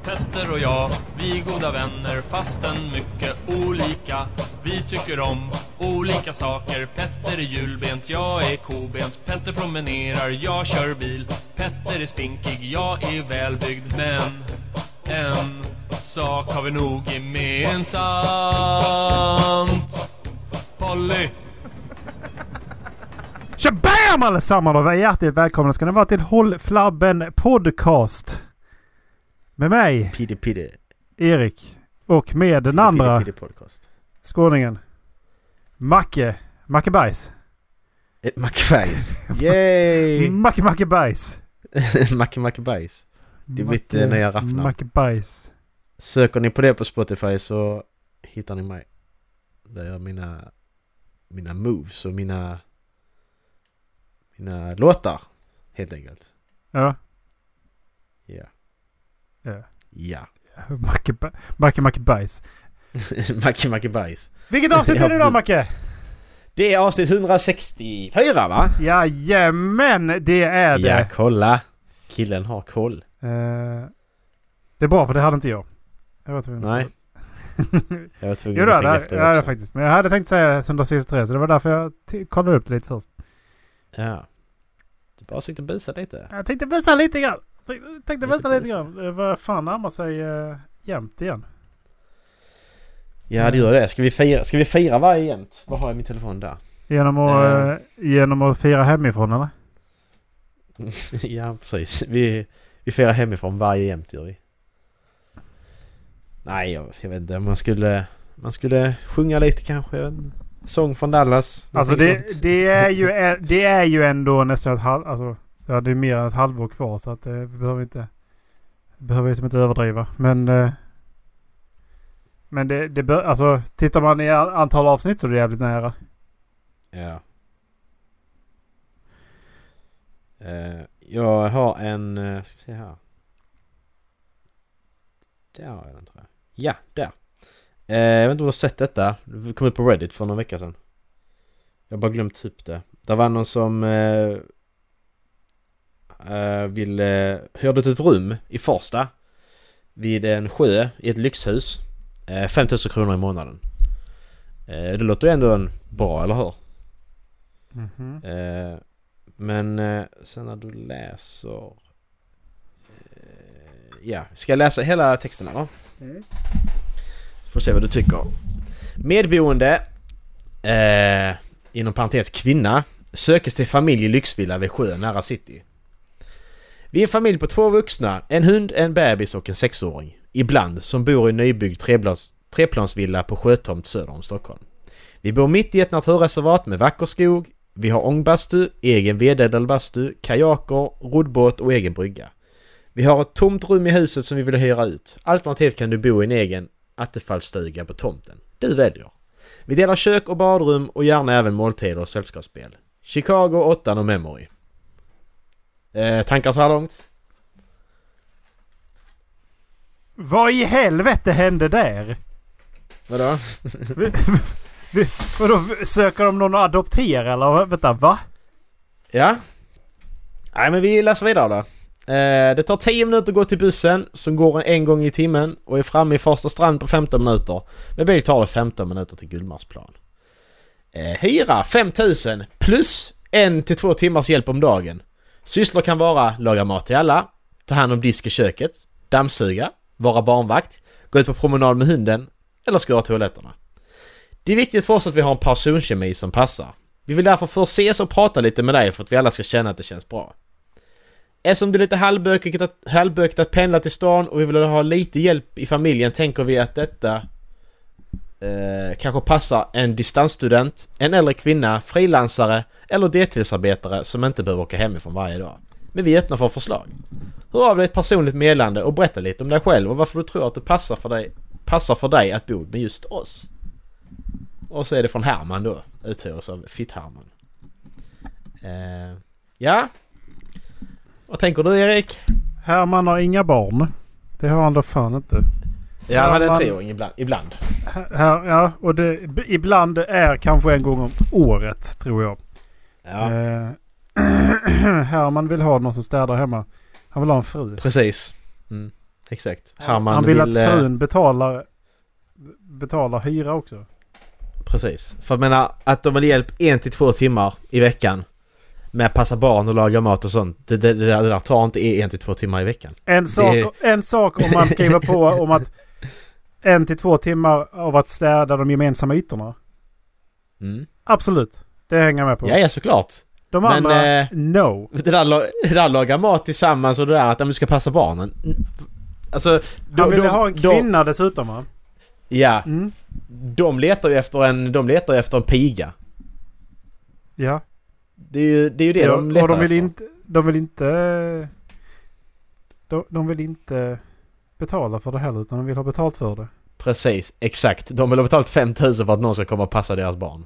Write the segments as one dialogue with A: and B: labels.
A: Petter och jag, vi är goda vänner fastän mycket olika. Vi tycker om olika saker. Petter är hjulbent, jag är kobent. Petter promenerar, jag kör bil. Petter är spinkig, jag är välbyggd. Men en sak har vi nog gemensamt. Polly.
B: Tjabam allesammans och hjärtligt välkomna ska ni vara till Håll Flabben podcast. Med mig,
C: Pidde.
B: Erik, och med den andra
C: Pidde podcast.
B: skåningen, Macke Bajs.
C: Macke Bajs. Yay!
B: Macke Bajs.
C: Macke Bajs. Det är mitt nya rappnamn.
B: Macke Bajs.
C: Söker ni på det på Spotify så hittar ni mig. Där jag mina moves och mina låtar helt enkelt.
B: Ja.
C: Ja.
B: Ja.
C: Ja.
B: Macke Bajs.
C: Macke Bajs.
B: Vilket avsnitt är det då, Macke?
C: Det är avsnitt 164, va?
B: Jajamän, det är det.
C: Ja, kolla. Killen har koll.
B: Det är bra, för det hade inte jag. Jag var tvungen.
C: Nej. Jag var tvungen
B: jo, då,
C: att tänka efter
B: ja,
C: också.
B: faktiskt. Men jag hade tänkt säga 163, så det var därför jag kollade upp det lite först.
C: Ja. Du bara försökte visa lite.
B: Jag tänkte visa lite grann. Det var fan närmar sig jämnt igen.
C: Ja, det gör det. Ska vi fira varje jämt? Vad har jag i min telefon där?
B: Genom att fira hemifrån, eller?
C: Ja, precis. Vi firar hemifrån varje jämt, gör vi. Nej, jag vet inte. Man skulle sjunga lite kanske. En sång från Dallas.
B: Alltså det är ju ändå nästan ett halv... Alltså, ja, det är mer än ett halvår kvar, så att vi behöver ju som inte överdriva. Men det bör, alltså, tittar man i antal avsnitt så är det jävligt nära.
C: Ja. Jag har en... ska vi se här. Där har jag den, tror jag. Ja, där. Jag vet inte om du har sett detta. Det kom ut på Reddit för någon vecka sedan. Jag har bara glömt typ det. Det var någon som hörde ett rum i Farsta vid en sjö i ett lyxhus. 5 000 kronor i månaden. Det låter ju ändå bra, eller hur?
B: Mm-hmm.
C: Men sen när du läser... ja, ska jag läsa hela texten här, va?
B: Mm.
C: Så får se vad du tycker. Medboende, inom parentes kvinna, sökes till familj i lyxvilla vid sjön nära city. Vi är en familj på 2 vuxna, en hund, en bebis och en 6-åring. Ibland som bor i nybyggd treplansvilla på sjötomt söder om Stockholm. Vi bor mitt i ett naturreservat med vacker skog. Vi har ångbastu, egen vededelbastu, kajaker, roddbåt och egen brygga. Vi har ett tomt rum i huset som vi vill hyra ut. Alternativt kan du bo i en egen attefallsstuga på tomten. Du väljer. Vi delar kök och badrum och gärna även måltider och sällskapsspel. Chicago 8 och Memory. Tankar så här långt?
B: Vad i helvete hände där?
C: Vadå?
B: Vadå, söker de någon att adoptera eller vänta, va?
C: Ja. Nej, men vi läser vidare då. Det tar 10 minuter att gå till bussen som går en gång i timmen och är framme i Farsta strand på 15 minuter. Med bil tar det 15 minuter till Gullmarsplan. Hyra 5 000 plus 1-2 timmars hjälp om dagen. Sysslor kan vara laga mat till alla, ta hand om disk i köket, dammsuga, vara barnvakt, gå ut på promenad med hunden eller skura toaletterna. Det är viktigt för oss att vi har en personkemi som passar. Vi vill därför först ses och prata lite med dig för att vi alla ska känna att det känns bra. Eftersom det är lite halvbökigt att pendla till stan och vi vill ha lite hjälp i familjen tänker vi att detta kanske passar en distansstudent, en äldre kvinna, frilansare eller deltidsarbetare som inte behöver åka hemifrån varje dag. Men vi är öppna för förslag. Hör av dig ett personligt meddelande och berätta lite om dig själv och varför du tror att det passar för dig att bo med just oss. Och så är det från Herman då, uthyres av Fitt-Herman. Ja. Vad tänker du, Erik?
B: Herman har inga barn. Det har han då fan inte.
C: Ja, han hade en 3-åring ibland.
B: Ja, och det ibland är kanske en gång om året, tror jag.
C: Ja.
B: Herman vill ha någon som städar hemma. Han vill ha en fru.
C: Precis. Mm. exakt.
B: Han vill att frun betalar hyra också.
C: Precis. För jag menar, att de vill hjälp 1-2 timmar i veckan med att passa barn och laga mat och sånt. Det där tar inte 1-2 timmar i veckan.
B: En sak om man skriver på om att 1-2 timmar av att städa de gemensamma ytorna.
C: Mm.
B: Absolut. Det hänger jag med på.
C: Ja, såklart.
B: De andra, no.
C: Det där laga mat tillsammans och det där att du ska passa barnen. Alltså,
B: han ville ha en kvinna dessutom, va?
C: Ja. De letar ju efter en piga.
B: Ja.
C: Det är ju det de letar efter.
B: De vill inte betala för det heller, utan de vill ha betalt för det.
C: Precis, exakt. De vill ha betalt 5 000 för att någon ska komma och passa deras barn.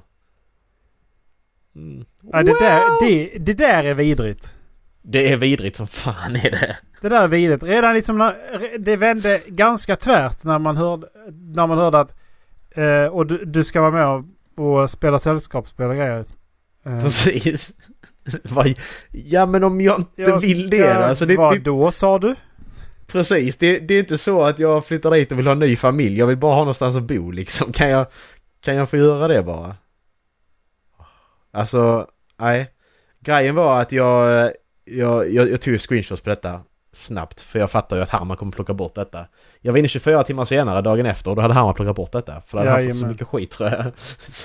B: Ja, det där är vidrigt.
C: Det är vidrigt som fan är det.
B: Det där är vidrigt. Redan liksom det vände ganska tvärt när man hörde att och du ska vara med och spela sällskapsspel och grejer.
C: Precis. Ja, men om jag inte vill det då, alltså
B: vad då sa du?
C: Precis, det är inte så att jag flyttar dit och vill ha en ny familj. Jag vill bara ha någonstans att bo liksom. Kan jag få göra det bara? Alltså, nej. Grejen var att jag tog screenshots på detta snabbt. För jag fattar ju att Herman kommer plocka bort detta. Jag var inne 24 timmar senare, dagen efter, och då hade Herman plockat bort detta. För då hade han fått så mycket skit, tror jag.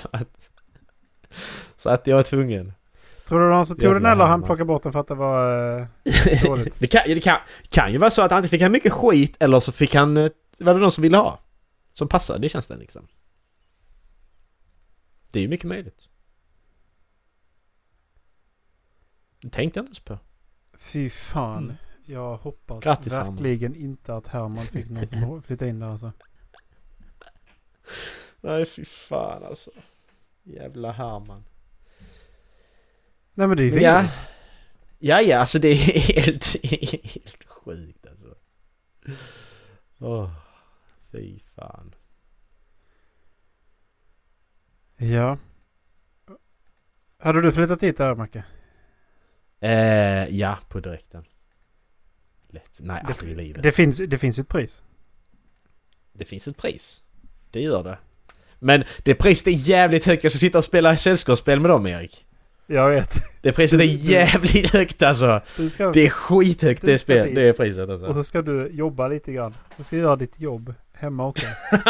C: Så att jag var tvungen.
B: Tror du någon som tog den eller han plockade bort den för att det var dåligt?
C: det kan ju vara så att han inte fick han mycket skit, eller så fick han, var det någon som ville ha? Som passade, det känns det liksom. Det är ju mycket möjligt. Det tänkte jag inte ens på.
B: Fy fan. Jag hoppas
C: grattis,
B: verkligen inte att Herman fick någon som flyttade in där alltså.
C: Nej, fy fan alltså. Jävla Herman.
B: Nej, men det är ju
C: Ja, alltså det är helt sjukt alltså. Fy fan.
B: Ja. Hade du flyttat hit där, Macke?
C: Ja, på direkten. Lätt. Nej, aldrig i livet.
B: Det finns ju ett pris.
C: Det finns ett pris. Det gör det. Men det priset är jävligt högt. Jag ska sitta och spela sällskapsspel med dem, Erik.
B: Jag vet.
C: Det priset är jävligt högt alltså. Det är skithögt det är priset alltså.
B: Och så ska du jobba lite grann. Du ska göra ditt jobb hemma också.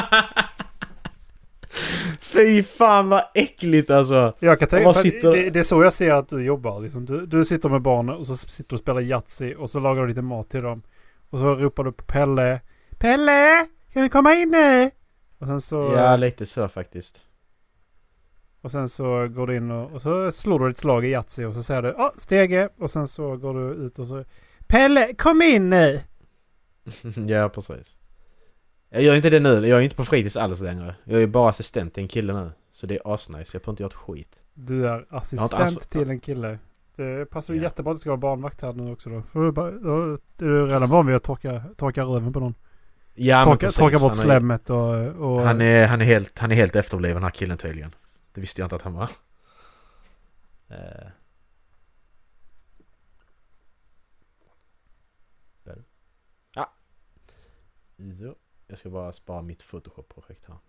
C: Fy fan vad äckligt alltså.
B: Jag kan tänka, det är så jag ser att du jobbar liksom. Du sitter med barnen och så sitter du och spelar Yatzy och så lagar du lite mat till dem. Och så ropar du på Pelle. Pelle! Kan du komma in nu? Och sen så...
C: Ja, lite så faktiskt.
B: Och sen så går du in och så slår du ett slag i Yatzy och så säger du stege. Och sen så går du ut och så Pelle, kom in nu!
C: Ja, precis. Jag gör inte det nu. Jag är inte på fritids alls längre. Jag är bara assistent till en kille nu. Så det är asnice. Jag får inte göra ett skit.
B: Du är assistent till en kille. Det passar ju jättebra att du ska vara barnvakt här nu också då. För då är du redan van vid att torka röven på någon.
C: Ja,
B: torka bort slemmet och...
C: Han är helt efterbliven, den här killen tydligen. Det visste jag inte att han var. Ja. Så. Jag ska bara spara mitt Photoshop-projekt här.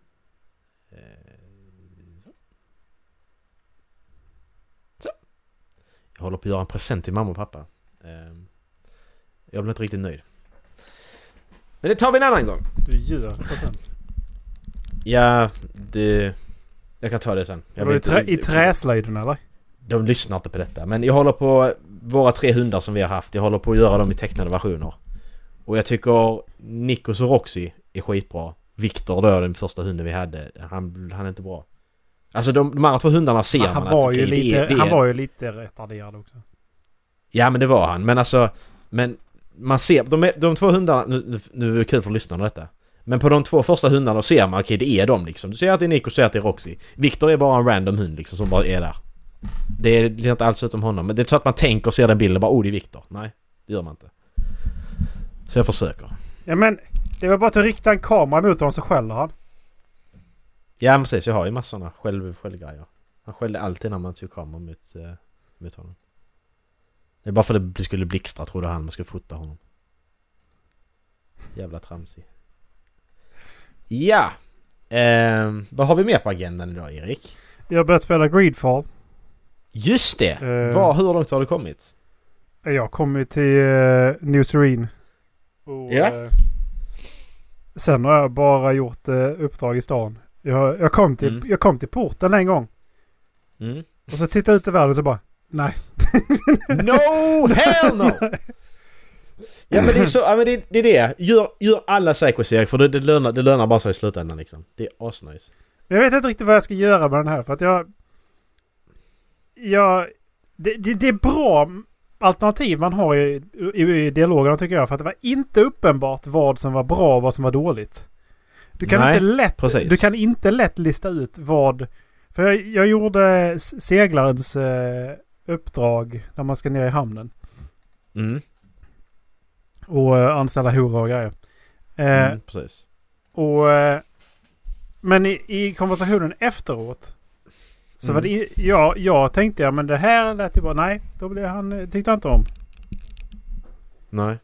C: Så. Jag håller på att göra en present till mamma och pappa. Jag blir inte riktigt nöjd. Men det tar vi en annan gång.
B: Du gör present.
C: Ja, jag kan ta det sen.
B: I träslöjden eller?
C: De lyssnar inte på detta. Men jag håller på våra 3 hundar som vi har haft. Jag håller på att göra dem i tecknade versioner. Och jag tycker Nikos och Roxy är skitbra. Victor då, den första hunden vi hade. Han är inte bra. Alltså de andra 2 hundarna ser man
B: att han var ju lite retarderad också.
C: Ja, men det var han. Men alltså, man ser de 2 hundarna, nu är det kul för lyssnarna detta. Men på de 2 första hundarna ser man okej, det är de liksom. Du ser att det är Nico, ser att det är Roxy. Victor är bara en random hund liksom som bara är där. Det är inte alls utom honom. Men det är så att man tänker och ser den bilden bara, det är Victor. Nej, det gör man inte. Så jag försöker.
B: Ja, men det var bara att rikta en kamera mot honom så skäller han.
C: Ja, precis. Jag har ju massorna skällgrejer. Han skällde alltid när man tog kameran mot honom. Det är bara för att det skulle blixtra, trodde han. Man skulle fota honom. Jävla tramsig. Ja. Vad har vi mer på agendan idag, Erik?
B: Jag har börjat spela Greedfall.
C: Just det! Hur långt har du kommit?
B: Jag kom ju till New Serene. Och, sen har jag bara gjort uppdrag i stan. Jag kom till porten en gång.
C: Mm.
B: Och så tittade jag ut i världen så bara, nej.
C: No! Hell no! Ja men det är så, ja, men det är det. Gör alla säkerhetsjägare för det lönar bara sig i slutändan liksom. Det är asnice.
B: Jag vet inte riktigt vad jag ska göra med den här för att det är bra alternativ man har i dialogerna tycker jag, för att det var inte uppenbart vad som var bra och vad som var dåligt. Du kan inte lätt lista ut vad, för jag gjorde seglarens uppdrag när man ska ner i hamnen.
C: Mm.
B: Och anställa horor och grejer.
C: Precis.
B: Men i konversationen efteråt så var det jag tänkte men det här lät ju bara nej, då blev han tyckte han inte om.
C: Nej.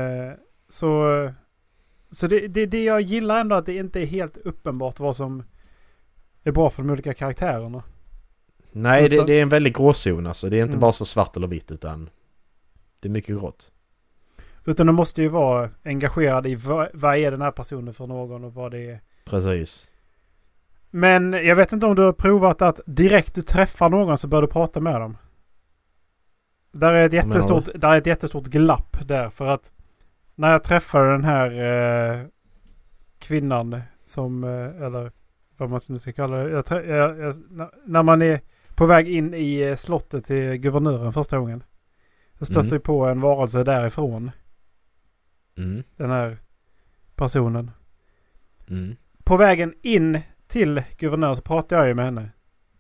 B: Så det jag gillar ändå att det inte är helt uppenbart vad som är bra för de olika karaktärerna.
C: Nej, det är en väldigt gråzon alltså. Det är inte bara så svart eller vitt utan det är mycket grått.
B: Utan du måste ju vara engagerad i vad är den här personen för någon och vad det är.
C: Precis.
B: Men jag vet inte om du har provat att direkt du träffar någon så bör du prata med dem. Där är ett jättestort glapp där, för att när jag träffade den här kvinnan som, eller vad man nu ska kalla det, när man är på väg in i slottet till guvernören första gången, så stötte vi på en varelse därifrån. Den här personen. På vägen in till guvernören så pratade jag ju med henne.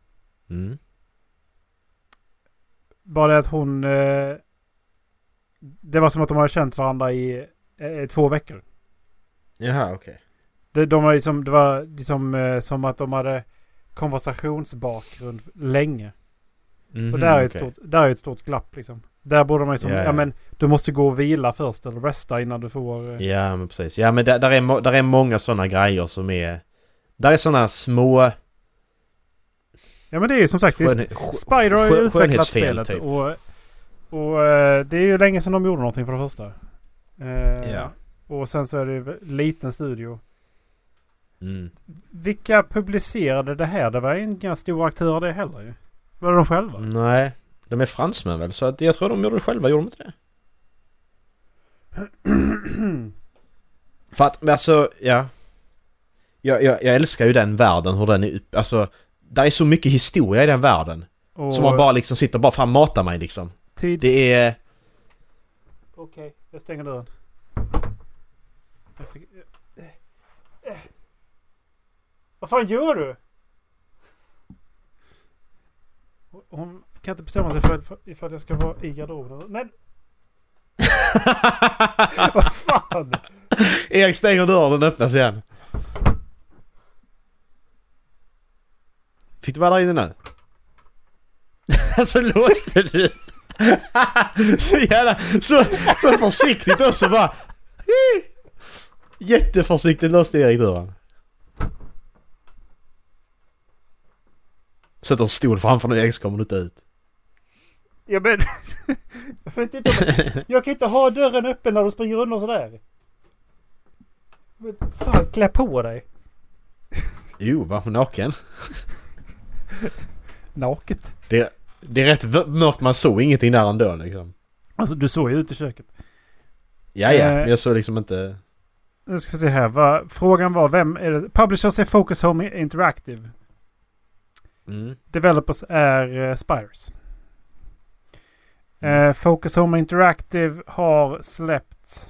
B: Bara det att hon det var som att de hade känt varandra i 2 veckor.
C: Jaha, okej.
B: Det var liksom som att de hade konversationsbakgrund länge. Och där är ett stort glapp liksom. Där borde man ju men du måste gå och vila först eller resta innan du får...
C: Ja, men precis. Ja, men där är många sådana grejer som är... Där är sådana små...
B: Ja, men det är ju som sagt... Spider har ju utvecklat spelet. Typ. Och det är ju länge sedan de gjorde någonting för det första. Och sen så är det ju liten studio. Vilka publicerade det här? Det var inga stora aktörer det heller ju. Var det de själva?
C: Nej, de är fransmän väl. Så att jag tror de gjorde det själva. Gjorde de inte det? För att, alltså, ja. Jag älskar ju den världen. Hur den är alltså, där är så mycket historia i den världen. Som man bara liksom sitter bara fram och matar mig liksom. Det är...
B: Okej, jag stänger dörren. Vad fan gör du? Hon kan inte bestämma sig för ifall jag ska vara i garderoben. Nej! Vad fan?
C: Erik stänger dörren och den öppnas igen. Fick du vara där inne nu? Så låste du. Så jävla... Så försiktigt också bara... Jätteförsiktigt låste Erik dörren. Sätter en stol framför när Erik så kommer du inte ut.
B: Ja men... jag kan inte ha dörren öppen när du springer undan sådär. Men fan, klä på dig.
C: Jo, var hon naken?
B: Naket.
C: Det är rätt mörkt, man såg ingenting där än dörren liksom.
B: Alltså du såg ju ut i köket.
C: Ja, men jag såg liksom inte...
B: Nu ska vi se här. Frågan var, vem är det? Publishers är Focus Home Interactive. Developers är Spires. Focus Home Interactive har släppt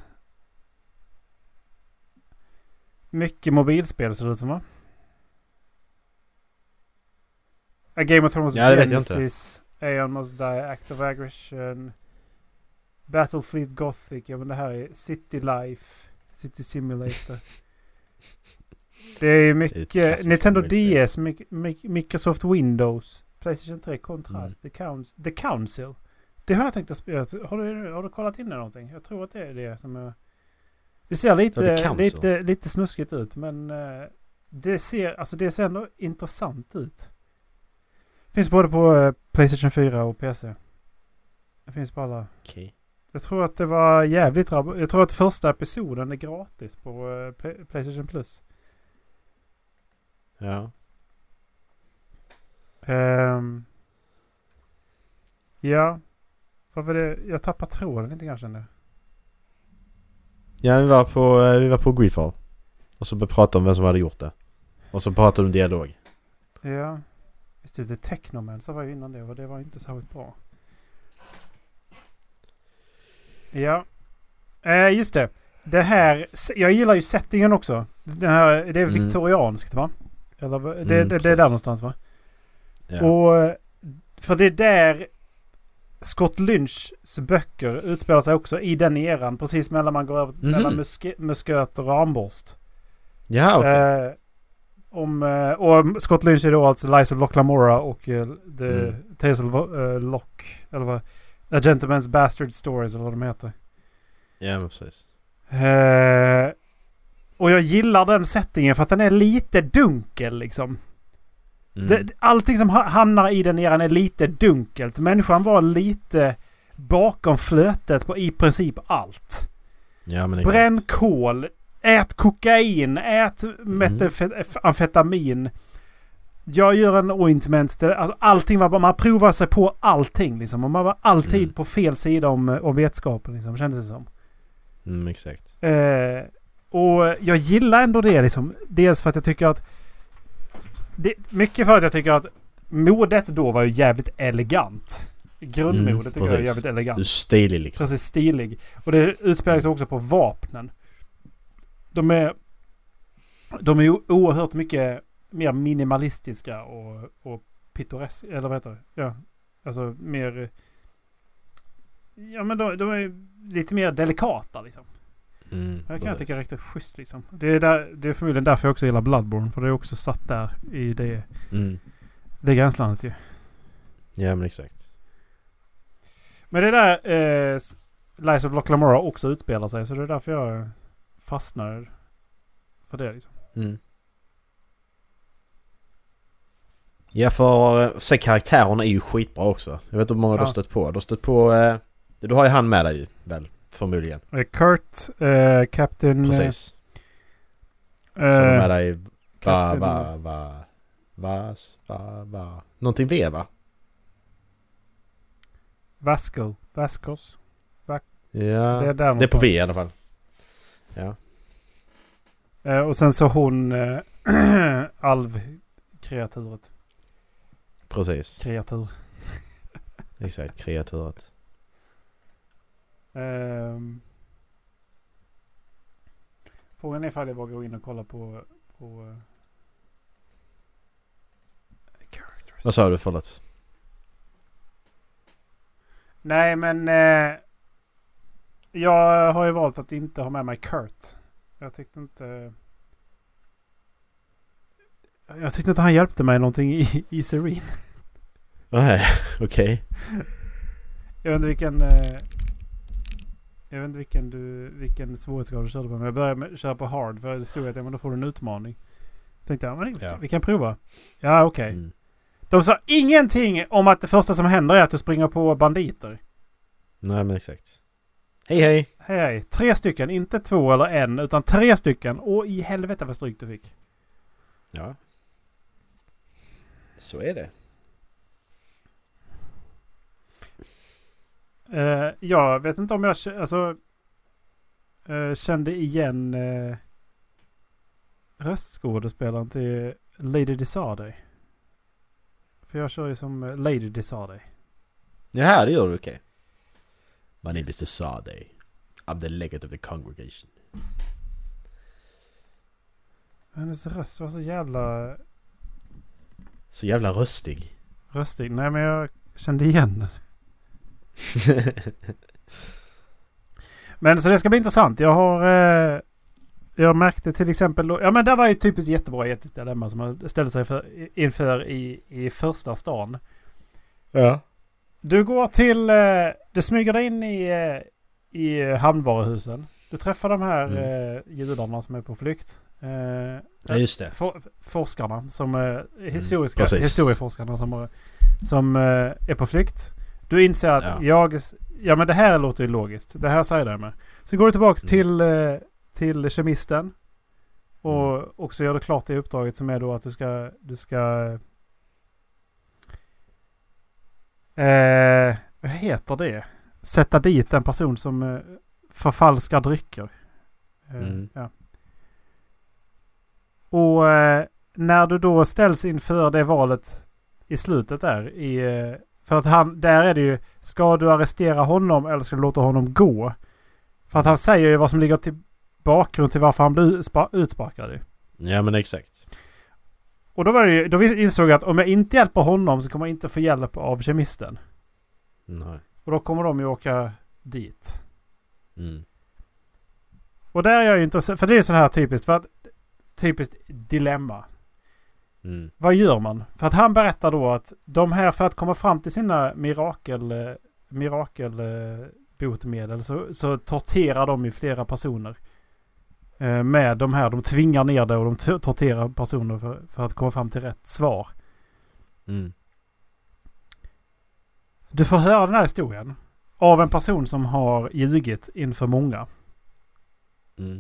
B: mycket mobilspel, ser det ut som, va? A Game of Thrones Genesis, Aeon Must Die, Act of Aggression, Battlefleet Gothic, ja men det här är City Life, City Simulator. Det är mycket Nintendo DS, Microsoft Windows, PlayStation 3, Contrast, The Council. Det har jag tänkt att spela. Har du kollat in det någonting? Jag tror att det är det som är... Det ser
C: det
B: lite snuskigt ut, men det ser ändå intressant ut. Finns både på PlayStation 4 och PC. Det finns på alla.
C: Okej.
B: Jag tror att det var jävligt jag tror att första episoden är gratis på PlayStation Plus.
C: Ja.
B: Ja. Vad var det? Jag tappade tråden lite kanske nu.
C: Ja, vi var på Greedfall. Och så började prata om vem som hade gjort det. Och så pratade om dialog.
B: Ja. Just det, Technomancer var ju innan det och det var inte särskilt bra. Ja. Just det. Det här, jag gillar ju settingen också. Det är viktorianskt, va? Eller det är där någonstans, va?
C: Ja.
B: Och för det är där Scott Lynchs böcker utspelar sig också i den eran, precis mellan man går över mellan musköter och armborst.
C: Ja, okej.
B: Och Scott Lynch är då alltså Lies of Locke Lamora och The Tales of Locke, eller vad? A Gentleman's Bastard Stories, eller vad de heter.
C: Ja, men precis.
B: Och jag gillar den settingen för att den är lite dunkel liksom. Allting som hamnar i den eran är lite dunkelt. Människan var lite bakom flötet på i princip allt.
C: Ja, men
B: bränn kol, ät kokain, ät amfetamin. Jag gör en ointment. Alltså, allting var bara, man provar sig på allting liksom. Och man var alltid på fel sida om vetskapen liksom, kändes det som.
C: Exakt.
B: Och jag gillar ändå det liksom. Dels för att jag tycker att mycket för att jag tycker att modet då var ju jävligt elegant. Grundmodet tycker jag är jävligt elegant.
C: Du är stilig liksom.
B: Precis, stilig. Och det utspelar sig också på vapnen. De är ju oerhört mycket mer minimalistiska och pittoreska, eller vad heter det? Ja, alltså mer... Ja, men de är lite mer delikata liksom. Jag kan tycka riktigt schysst liksom. Det är förmodligen därför jag också gillar Bloodborne, för det är också satt där i det gränslandet ju.
C: Ja, men exakt.
B: Men det där Lies of Locke Lamora också utspelar sig, så det är därför jag fastnar för det liksom.
C: Ja, för karaktärerna är ju skitbra också. Jag vet inte hur många du har stött på. Du har stött på... du har ju han med dig väl, förmodligen.
B: Kurt, Captain...
C: Precis. Så är med dig... Någonting V, va?
B: Vascos.
C: Ja,
B: det
C: är på V i alla fall. Ja.
B: Och sen så hon alvkreaturet.
C: Precis.
B: Kreatur.
C: Exakt, kreaturet.
B: Frågan är ifall jag vågar gå in och kolla på characters.
C: Vad sa du, förlåt?
B: Nej, men jag har ju valt att inte ha med mig Kurt. Jag tyckte inte han hjälpte mig någonting i Serene.
C: Nej, okej.
B: Jag vet inte vilken svårighetsgrad du körde på. Men jag började köra på hard, för det stod att då får du en utmaning. Tänkte jag, men vi kan prova. Ja, okej. De sa ingenting om att det första som händer är att du springer på banditer.
C: Nej, men exakt. Hej.
B: Hej. 3 stycken, inte 2 eller 1, utan 3 stycken. Och i helvete vad stryk du fick.
C: Ja. Så är det.
B: Jag vet inte om jag kände igen röstskådespelaren till Lady Desade. För jag kör ju som Lady Desade.
C: Ja, det gör du, okej. My name is Desade. I'm the legate of the congregation.
B: Hennes röst var så jävla...
C: Så jävla röstig.
B: Röstig? Nej, men jag kände igen den. Men så det ska bli intressant. Jag märkte till exempel då, ja men där var ju typiskt jättebra etiskt dilemma som man ställde sig inför i första stan.
C: Ja.
B: Du går till du smyger dig in i hamnvaruhusen Du träffar de här judarna som är på flykt.
C: Ja, just det.
B: Forskarna som historieforskarna som är på flykt. Du inser att men det här låter ju logiskt. Det här säger jag med. Så går du tillbaka till kemisten och också gör det klart det uppdraget som är då att du ska vad heter det? Sätta dit en person som förfalskar drycker. Ja. Och när du då ställs inför det valet i slutet där för att där är det ju, ska du arrestera honom eller ska du låta honom gå? För att han säger ju vad som ligger till bakgrund till varför han blir utsparkad.
C: Ja, men exakt.
B: Och då insåg jag att om jag inte hjälper honom så kommer jag inte få hjälp av kemisten.
C: Nej.
B: Och då kommer de ju åka dit.
C: Mm.
B: Och där är jag ju intresserad, för det är så här typiskt dilemma.
C: Mm.
B: Vad gör man? För att han berättar då att de här, för att komma fram till sina mirakelbotemedel så torterar de ju flera personer med de här. De tvingar ner det och de torterar personer för att komma fram till rätt svar.
C: Mm.
B: Du får höra den här historien av en person som har ljugit inför många.
C: Mm.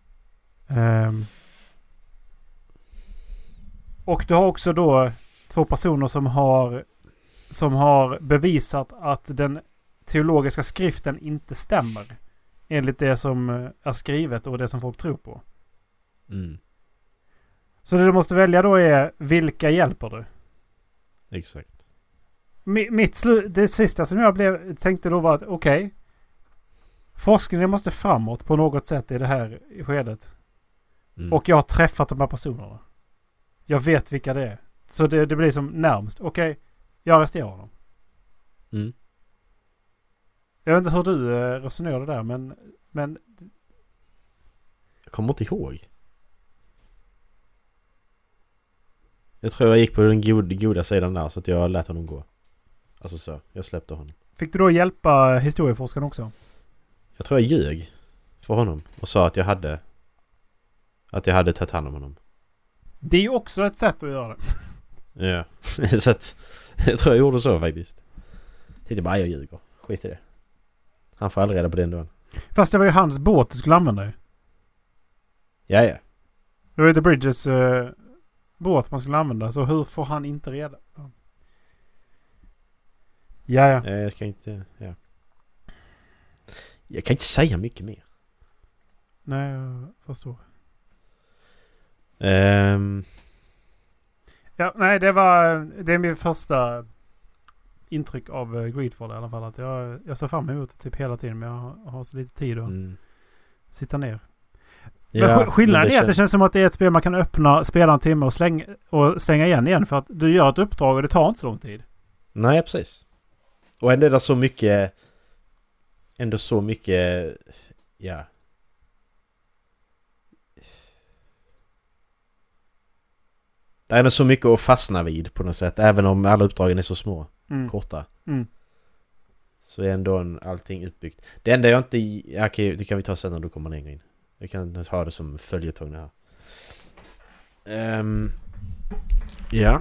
B: Och du har också då 2 personer som har bevisat att den teologiska skriften inte stämmer enligt det som är skrivet och det som folk tror på.
C: Mm.
B: Så det du måste välja då är vilka hjälper du?
C: Exakt.
B: Det sista som jag tänkte då var att okej, forskningen måste framåt på något sätt i det här skedet.
C: Mm.
B: Och jag har träffat de här personerna. Jag vet vilka det är. Så det blir som närmast. Okej, jag arresterar honom.
C: Mm.
B: Jag vet inte hur du resonerar där, men...
C: Jag kommer inte ihåg. Jag tror jag gick på den goda sidan där så att jag lät honom gå. Alltså så, jag släppte honom.
B: Fick du då hjälpa historieforskaren också?
C: Jag tror jag ljög för honom och sa att jag hade tagit hand om honom.
B: Det är ju också ett sätt att göra det.
C: Ja, så att jag tror jag gjorde så faktiskt. Tänkte bara, jag ljuger. Skit i det. Han får aldrig reda på den dagen.
B: Fast det var ju hans båt du skulle använda ju.
C: Ja.
B: Det var ju The Bridges båt man skulle använda. Så hur får han inte reda? Ja.
C: Jag ska inte... Ja. Jag kan inte säga mycket mer.
B: Nej, jag förstår. Ja, nej, det är min första intryck av Greedfall i alla fall. Att jag ser fram emot det typ hela tiden, men jag har så lite tid att sitta ner.
C: Ja,
B: men skillnaden är att det känns som att det är ett spel man kan öppna, spela en timme och stänga igen för att du gör ett uppdrag och det tar inte så lång tid.
C: Nej, precis. Och ändå är det så mycket ja. Det är ändå så mycket att fastna vid på något sätt. Även om alla uppdragen är så små. Korta. Så är ändå allting utbyggt. Det enda jag inte... Okej, det kan vi ta sen när du kommer längre in. Jag kan ha det som följetong här. Ja.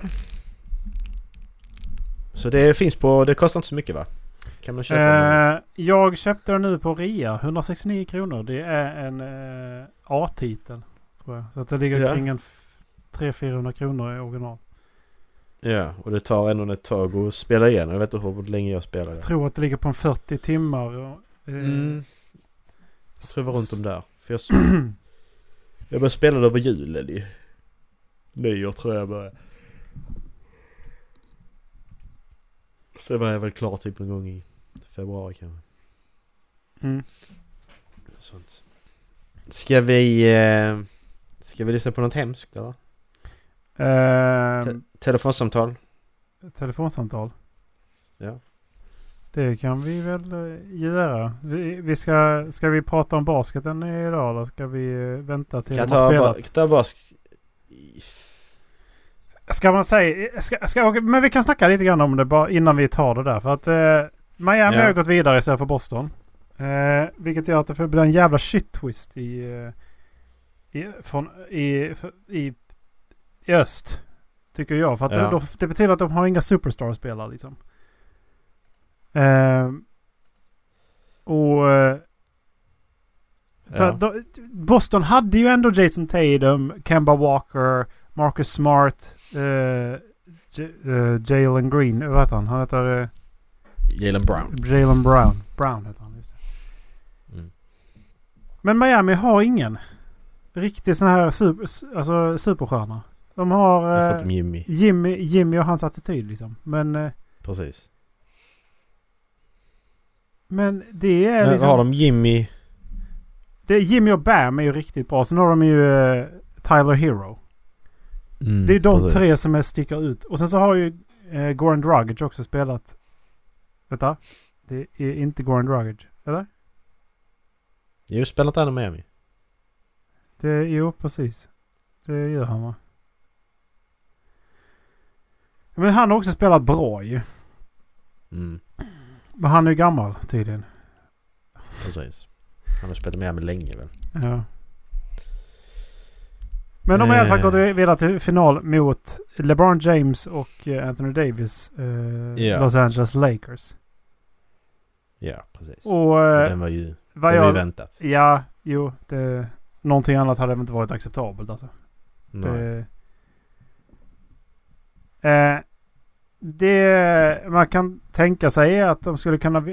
C: Så det finns på... Det kostar inte så mycket, va? Kan man köpa
B: jag köpte den nu på rea. 169 kronor. Det är en A-titel, tror jag. Så att det ligger kring en 300-400 kronor i original. Ja,
C: och det tar ändå ett tag att spela igen. Jag vet inte hur länge jag spelar.
B: Jag tror att det ligger på en 40 timmar. Och,
C: jag tror det var runt om där. För jag började spela det över jul, eller? Nej, jag tror jag började. Så var jag väl klar typ någon gång i februari kanske. Sånt. Ska vi lyssna på något hemskt, eller? Telefonsamtal.
B: Telefonsamtal.
C: Ja.
B: Det kan vi väl göra. Ska vi prata om basketen idag, eller ska vi vänta till man spelat? Ska man säga... men vi kan snacka lite grann om det bara innan vi tar det där. För att Miami har gått vidare istället för Boston. Vilket gör att det får bli en jävla shit twist i öst. Tycker jag. För att det betyder att de har inga superstar-spelare liksom. Boston hade ju ändå Jason Tatum, Kemba Walker, Marcus Smart, Jalen Green. Vad heter han? Han heter...
C: Jalen Brown.
B: Jalen Brown. Brown heter han, just det.
C: Mm.
B: Men Miami har ingen riktigt sån här superstjärna. De har Jimmy och hans attityd liksom. Men
C: precis.
B: Men det är
C: men
B: liksom...
C: har de Jimmy?
B: Det är Jimmy och Bam är ju riktigt bra. Sen har de ju Tyler Hero. Det är de tre som sticker ut. Och sen så har ju Goran Dragic också spelat. Vänta. Det är inte Goran Dragic, eller?
C: Det är ju spelat där i Miami.
B: Jo, precis. Det gör han, va? Men han har också spelat bra ju.
C: Mm.
B: Men han är ju gammal tydligen.
C: Precis. Han har spelat med länge väl.
B: Ja. Men de har i alla fall gått vidare till final mot LeBron James och Anthony Davis. Los Angeles Lakers.
C: Ja, precis.
B: Och
C: den var ju väntat.
B: Ja, jo. Någonting annat hade inte varit acceptabelt alltså. Det man kan tänka sig är att de skulle kunna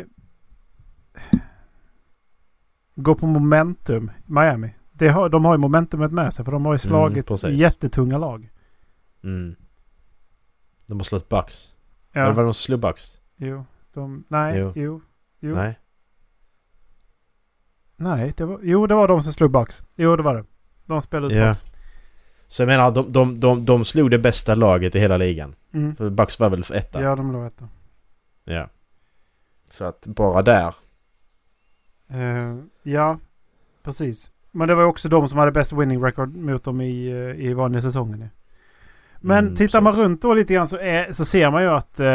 B: gå på momentum Miami. De har ju momentumet med sig för de har ju slagit jättetunga lag.
C: Mm. De har slått Bucks.
B: Ja.
C: Eller var det de slog Bucks?
B: Jo. Nej, det var de som slog Bucks. Jo, det var det. De spelade ut Bucks.
C: Så jag menar, de slog det bästa laget i hela ligan.
B: Mm.
C: För Bucks var väl för etta.
B: Ja, de låg etta.
C: Ja. Så att bara där.
B: Ja, precis. Men det var också de som hade bäst winning record mot dem i vanliga säsongen. Men tittar man runt då lite grann så ser man ju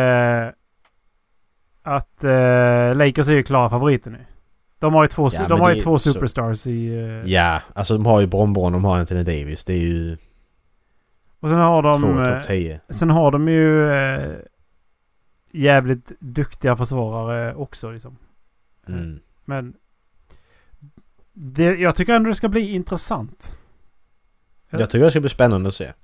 B: att Lakers är ju klara favoriter nu. De har ju två superstars i...
C: Ja, alltså de har ju Bron, de har Anthony Davis. Det är ju...
B: Och sen har de...
C: 2 topp 10.
B: Sen har de ju jävligt duktiga försvarare också liksom.
C: Mm.
B: Men jag tycker ändå det ska bli intressant.
C: Jag tycker det ska bli spännande att se.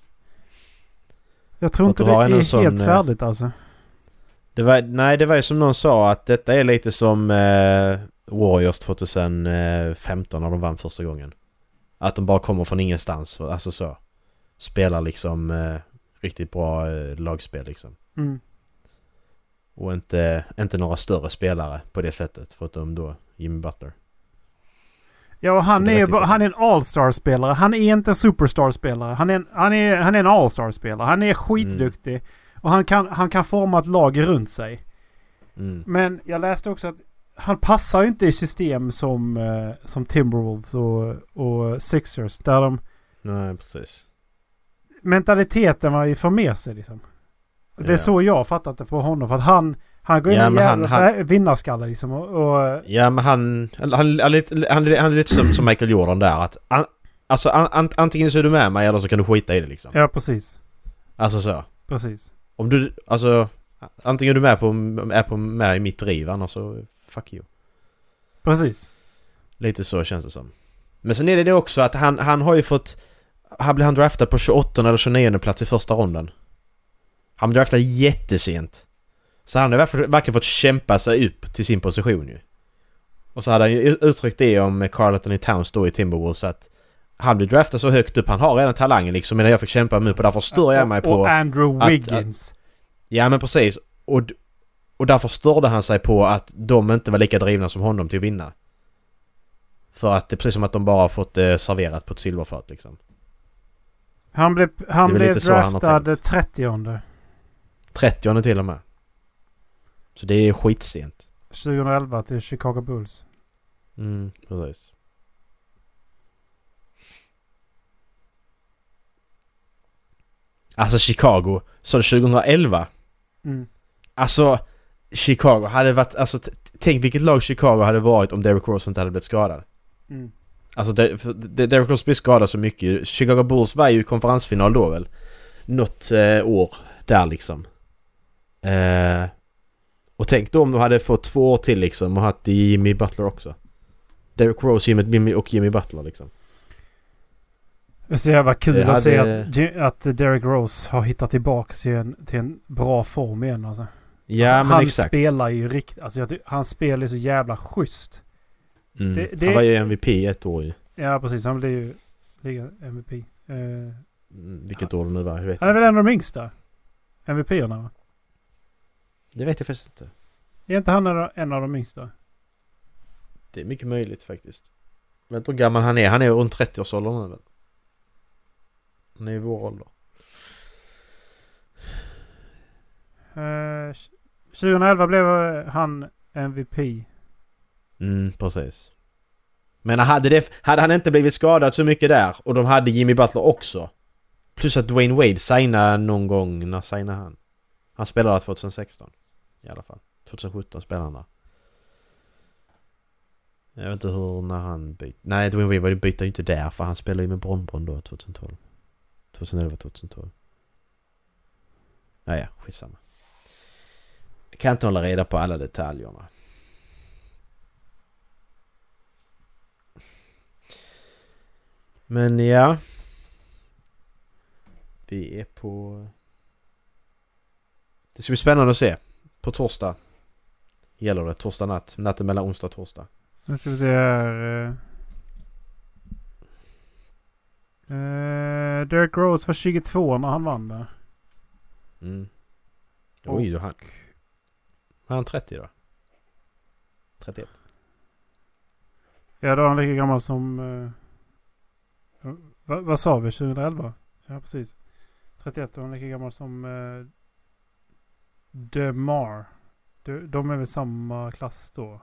B: Jag tror inte det är helt färdigt alltså.
C: Det var ju som någon sa att detta är lite som Warriors 2015 när de vann första gången. Att de bara kommer från ingenstans. Alltså så. Spelar liksom riktigt bra lagspel liksom.
B: Mm.
C: Och inte några större spelare på det sättet. Förutom då Jimmy Butler.
B: Ja, och han är en all-star-spelare. Han är inte en superstar-spelare. Han är en all-star-spelare. Han är skitduktig. Och han kan forma ett lag runt sig.
C: Mm.
B: Men jag läste också att han passar ju inte i system som Timberwolves och Sixers. Där de...
C: Nej, precis.
B: Mentaliteten var ju för med sig liksom. Det är så jag fattat det på honom. För att han går in i jävla vinnarskalle liksom.
C: Ja, men han är lite som Michael Jordan där. Att alltså, antingen så är du med mig eller så kan du skita i det liksom.
B: Ja, precis.
C: Alltså så.
B: Precis.
C: Om du, alltså, antingen är du med i mitt driv, annars så fuck you.
B: Precis.
C: Lite så känns det som. Men sen är det också att han har ju fått... Han blev draftad på 28 eller 29 plats i första ronden. Han blev draftad jättesent. Så han har verkligen fått kämpa sig upp till sin position ju. Och så hade han ju uttryckt det om Karl Anthony Towns då i Timberwolves att han blev draftad så högt upp. Han har redan talangen liksom, men jag fick kämpa mig upp och därför stör jag mig på...
B: Och Andrew Wiggins.
C: Ja, men precis. Och därför störde han sig på att de inte var lika drivna som honom till att vinna. För att det är precis som att de bara fått serverat på ett silverfat liksom.
B: Han blev draftad 30:e.
C: 30:e till och med. Så det är skitsent.
B: 2011 till Chicago Bulls.
C: Mm, precis. Alltså Chicago, så 2011.
B: Mm.
C: Alltså Chicago hade varit... Alltså, tänk vilket lag Chicago hade varit om Derrick Rose inte hade blivit skadad.
B: Mm.
C: Alltså, Derrick Rose blev skadad så mycket. Chicago Bulls var ju i konferensfinal då väl. Något år där liksom. Och tänk då om de hade fått 2 år till liksom och haft Jimmy Butler också. Derrick Rose och Jimmy Butler liksom.
B: Det är så jävla kul att se att Derrick Rose har hittat tillbaks till en bra form igen alltså.
C: Ja, men
B: han
C: exakt.
B: Spelar ju riktigt... Alltså hans spel är så jävla schysst.
C: Han var ju MVP ett år ju.
B: Ja, precis. Han blev ju MVP.
C: Vilket år det nu var, jag vet
B: han är väl en av de yngsta MVP-erna, va?
C: Det vet jag faktiskt inte.
B: Är inte han en av de yngsta?
C: Det är mycket möjligt faktiskt. Jag vet inte hur gammal han är. Han är runt 30-årsåldern nu väl? Han är i vår ålder.
B: 2011 blev han MVP.
C: Precis. Men hade han inte blivit skadad så mycket där och de hade Jimmy Butler också. Plus att Dwayne Wade signade någon gång. När signade han? Han spelade 2016 i alla fall. 2017 spelade han där. Jag vet inte hur när han bytte. Nej, Dwayne Wade bytte ju inte där för han spelade ju med Bron då 2012. 2011-2012. Ja, skitsamma. Jag kan inte hålla reda på alla detaljerna. Men ja. Vi är på... Det ska bli spännande att se. På torsdag. Gäller det. Torsdag natt. Natten mellan onsdag och torsdag.
B: Nu ska vi se här. Derrick Rose var 22 när han vann där.
C: Oj, då var han 30 då? 31.
B: Ja, då är han lika gammal som... vad sa vi? 2011? Ja, precis. 31, då är han lika gammal som DeMar. De är väl samma klass då.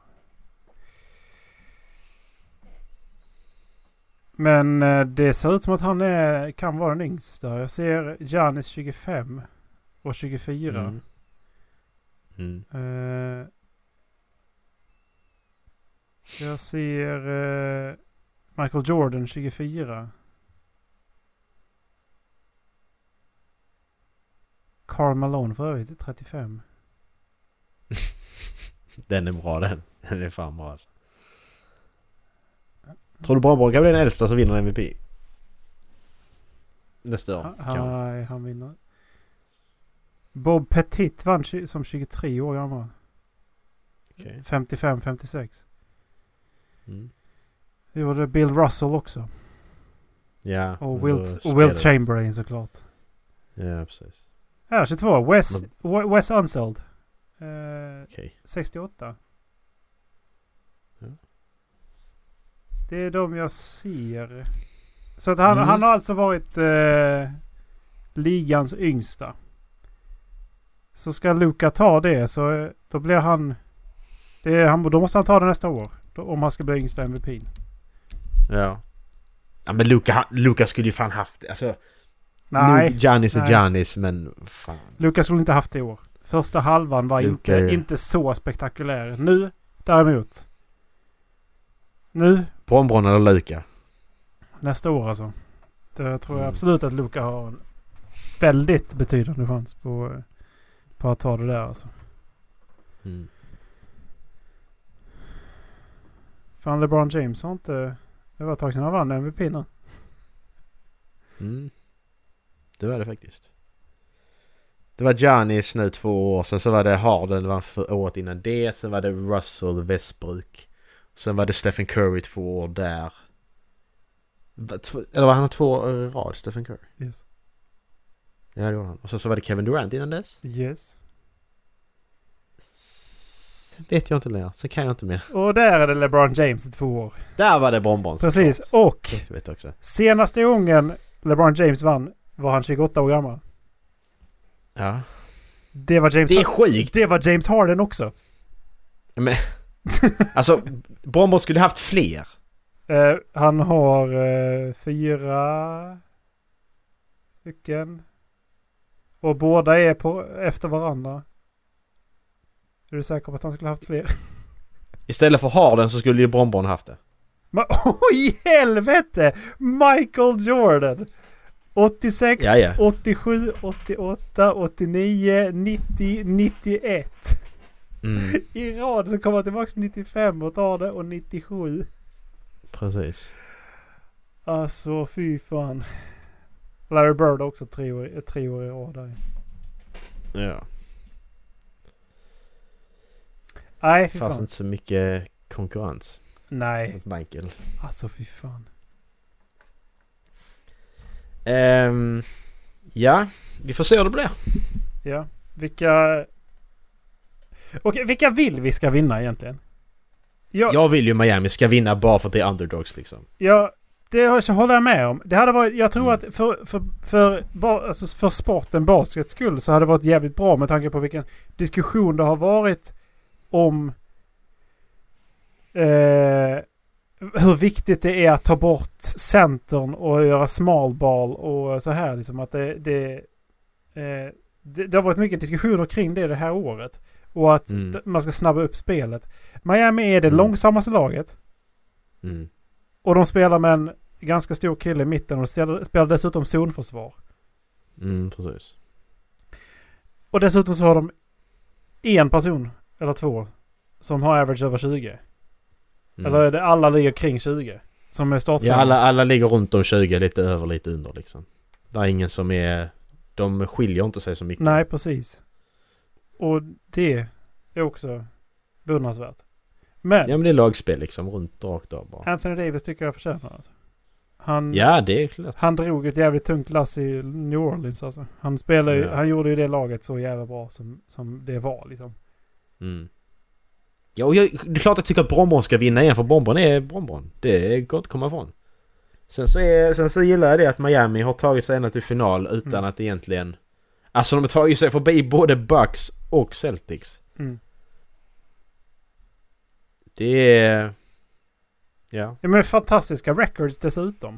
B: Men det ser ut som att han kan vara den yngsta. Jag ser Giannis 25 och 24. Jag ser Michael Jordan 24. Karl Malone för övrigt 35.
C: Den är bra den. Den är fan bra alltså. Tror du Bron kan bli den äldsta som vinner MVP? Nästa år.
B: Nej, han vinner. Bob Pettit vann som 23 år gammal.
C: Okay.
B: 55-56. Det gjorde Bill Russell också.
C: Ja.
B: Och Wilt Chamberlain såklart.
C: Ja, precis.
B: Ja, 22. Wes Unseld. 68.
C: Ja.
B: Det är de jag ser. Så att han har alltså varit ligans yngsta. Så ska Luka ta det så då blir han... Då måste han ta det nästa år. Om han ska bli yngsta MVP.
C: Ja. Ja, men Luka skulle ju fan haft det. Alltså,
B: nej.
C: Giannis är Giannis, men fan.
B: Luka skulle inte haft det i år. Första halvan var inte så spektakulär. Nu, däremot. Nu.
C: Bron eller Luka?
B: Nästa år alltså. Det tror jag absolut att Luka har en väldigt betydande chans på att ta det där alltså. Fan, LeBron James har inte... Det var ett tag sedan han vann MVP nu.
C: Det var det faktiskt. Det var Giannis nu 2 år. Sen så var det Harden vann för året innan det. Sen var det Russell Westbrook. Sen var det Stephen Curry 2 år där. Eller var han 2 år i rad, Stephen Curry?
B: Yes.
C: Ja, det var han. Och så var det Kevin Durant innan dess.
B: Yes.
C: Vet jag inte mer. Så kan jag inte mer.
B: Och där är det LeBron James i 2 år.
C: Där var det bonbons.
B: Precis. Och
C: vet också.
B: Senaste gången LeBron James vann var han 28 år gammal.
C: Ja.
B: Det är
C: sjukt.
B: Det var James Harden också.
C: Men alltså bonbons skulle haft fler.
B: Han har 4 stycken. Och båda är efter varandra. Är du säker på att han skulle haft fler?
C: Istället för Harden så skulle ju Bron haft det.
B: Men oj, helvete! Michael Jordan! 86,
C: Jaja.
B: 87, 88, 89, 90, 91. I rad så kommer han tillbaka 95 och tar det och 97.
C: Precis.
B: Alltså fy fan. Larry Bird också 3 år i rad där.
C: Ja.
B: Nej, fy
C: Fast
B: fan.
C: inte så mycket konkurrens.
B: Nej.
C: Mot Michael.
B: Alltså fy fan.
C: Ja, vi får se hur det blir.
B: Ja. Vilka vill vi ska vinna egentligen?
C: Jag vill ju Miami ska vinna bara för att det är underdogs liksom.
B: Ja, det håller jag med om. Det hade varit, jag tror att för sporten baskets skull så hade det varit jävligt bra med tanke på vilken diskussion det har varit om hur viktigt det är att ta bort centern och göra small ball och så här liksom att det har varit mycket diskussioner kring det här året och att man ska snabba upp spelet. Miami är det långsammaste laget. Och de spelar med en ganska stor kille i mitten och spelar dessutom zonförsvar.
C: Precis.
B: Och dessutom så har de en person eller 2 som har average över 20. Eller är det alla ligger kring 20 som är startfärdiga?
C: Ja, alla ligger runt om 20, lite över, lite under liksom. Det är ingen som är... De skiljer inte sig så mycket.
B: Nej, precis. Och det är också beundransvärt. Men
C: det är lagspel liksom, runt rakt av bara.
B: Anthony Davis tycker jag förtjänar alltså.
C: Ja, det är klart.
B: Han drog ett jävligt tungt lass i New Orleans alltså. Han spelade ju, han gjorde ju det laget så jävla bra som det var liksom.
C: Ja, och det är klart jag tycker att Bron ska vinna igen, för Bron är Bron. Det är gott att komma ifrån. Sen så gillar jag det att Miami har tagit sig ända till final utan att egentligen... Alltså de har tagit sig förbi både Bucks och Celtics. Det är... Ja.
B: Men fantastiska records dessutom.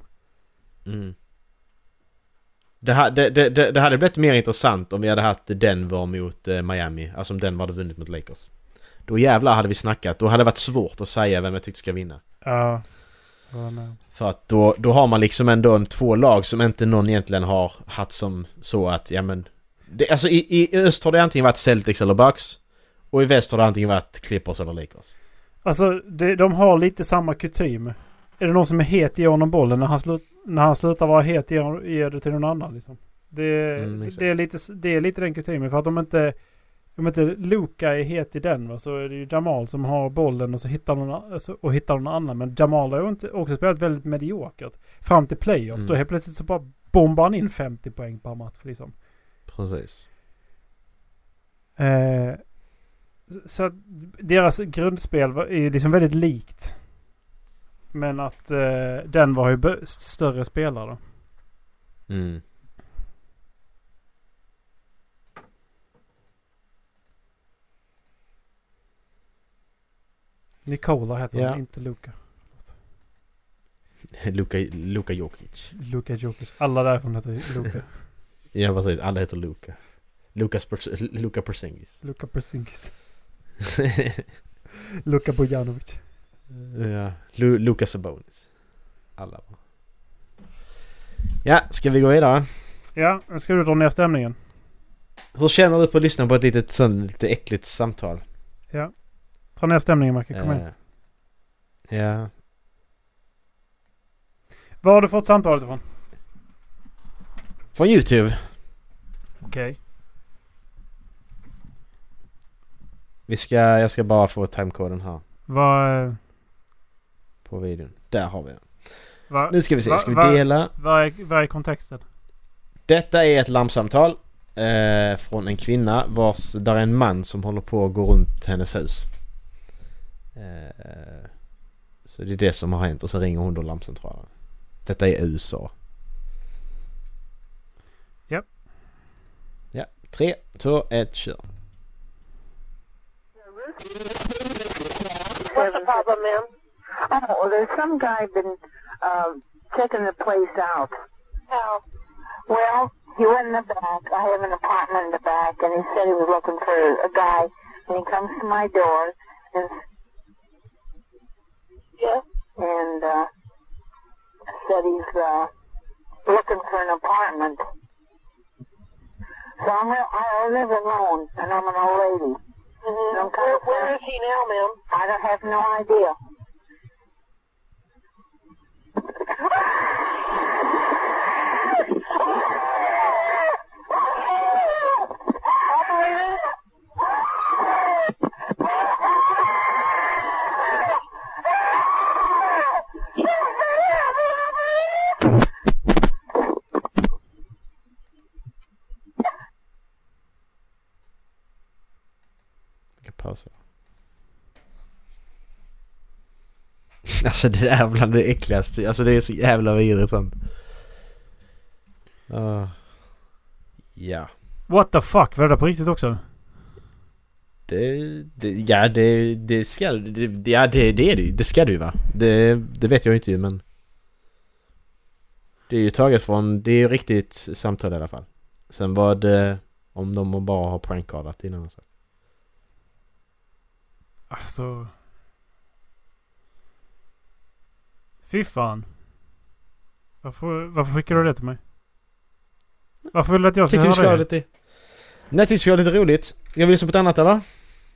C: Det hade blivit mer intressant om vi hade haft Denver mot Miami. Alltså om Denver hade vunnit mot Lakers. Då jävlar hade vi snackat. Då hade det varit svårt att säga vem jag tyckte ska vinna.
B: Ja.
C: För att då har man liksom ändå 2 lag som inte någon egentligen har haft som så att, ja men... Alltså i öst har det antingen varit Celtics eller Bucks. Och i väst har det antingen varit Clippers eller Lakers.
B: Alltså de har lite samma kutym. Är det någon som är het ger honom bollen när han slutar vara het ger det till någon annan liksom. Det är lite den kutymen, för att om inte Luka är het i Denver så är det ju Jamal som har bollen och så hittar någon annan, men Jamal har ju inte också spelat väldigt mediokert fram till playoffs. Då helt plötsligt så bara bombar han in 50 poäng per match liksom.
C: Precis.
B: Så deras grundspel är liksom väldigt likt. Men att den var ju större spelare då. Nikola heter han, inte Luka.
C: Luka Jokic.
B: Luka Jokic. Alla därifrån heter Luka.
C: Ja, precis. Alla heter Luka. Luka Porzingis.
B: Luka Porzingis. Luka Bojanovic.
C: Ja, Luka Sabonis. Alla. Ja, ska vi gå vidare?
B: Ja, ska du dra ner stämningen?
C: Hur känner du på att lyssna på ett lite äckligt samtal?
B: Ja. Dra ner stämningen, Marcus. Kom in.
C: Ja.
B: Var har du fått samtalet ifrån?
C: Från YouTube.
B: Okej.
C: Jag ska bara få timekoden här.
B: Vad...
C: På videon. Där har vi den. Nu ska vi se. Ska vi dela?
B: Vad är kontexten?
C: Detta är ett larmsamtal från en kvinna där är en man som håller på att gå runt hennes hus. Så det är det som har hänt. Och så ringer hon då larmcentralen. Detta är USA.
B: Japp.
C: Ja. 3, 2, 1, kör.
D: What's the problem, ma'am? Oh, there's some guy been checking the place out. How? Well, he went in the back. I have an apartment in the back, and he said he was looking for a guy and he comes to my door and said he's looking for an apartment. So I live alone, and I'm an old lady. Mm-hmm. Where is he now, ma'am? I don't have no idea.
C: Alltså det är bland det äckligaste. Alltså det är så jävla vidrigt sånt. Ja.
B: What the fuck? Var det på riktigt också?
C: Det ska det ska du ju va. Det vet jag inte ju, men det är ju taget från, det är ju riktigt samtal i alla fall. Sen var det om de bara har prankkallat innan så.
B: Alltså fy fan. Varför skickar du det till mig? Varför vill du att jag ska höra det?
C: Nej, tyckte jag lite roligt. Jag vill lyssna på ett annat eller?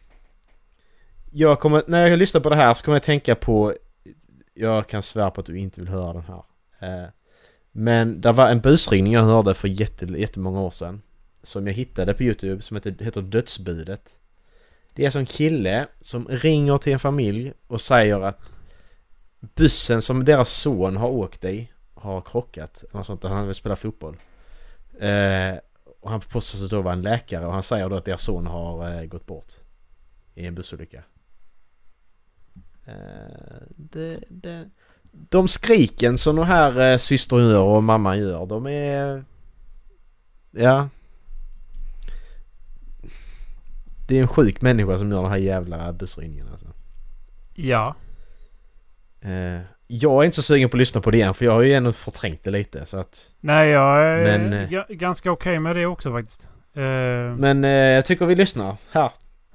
C: När jag lyssnar på det här så kommer jag tänka på, jag kan svära på att du inte vill höra den här. Men det var en busringning jag hörde för jättemånga år sedan som jag hittade på YouTube som heter Dödsbudet. Det är en kille som ringer till en familj och säger att bussen som deras son har åkt i har krockat eller sånt, där han vill spela fotboll. Och han påstås att då vara en läkare och han säger då att deras son har gått bort i en bussolycka. De skriken som de här systern gör och mamman gör, de är det är en sjuk människa som gör den här jävla bussringningen alltså.
B: Ja.
C: Jag är inte så sugen på att lyssna på det igen, för jag har ju ändå förträngt det lite så att.
B: Nej, jag är ganska okej med det också faktiskt.
C: Men jag tycker vi lyssnar här.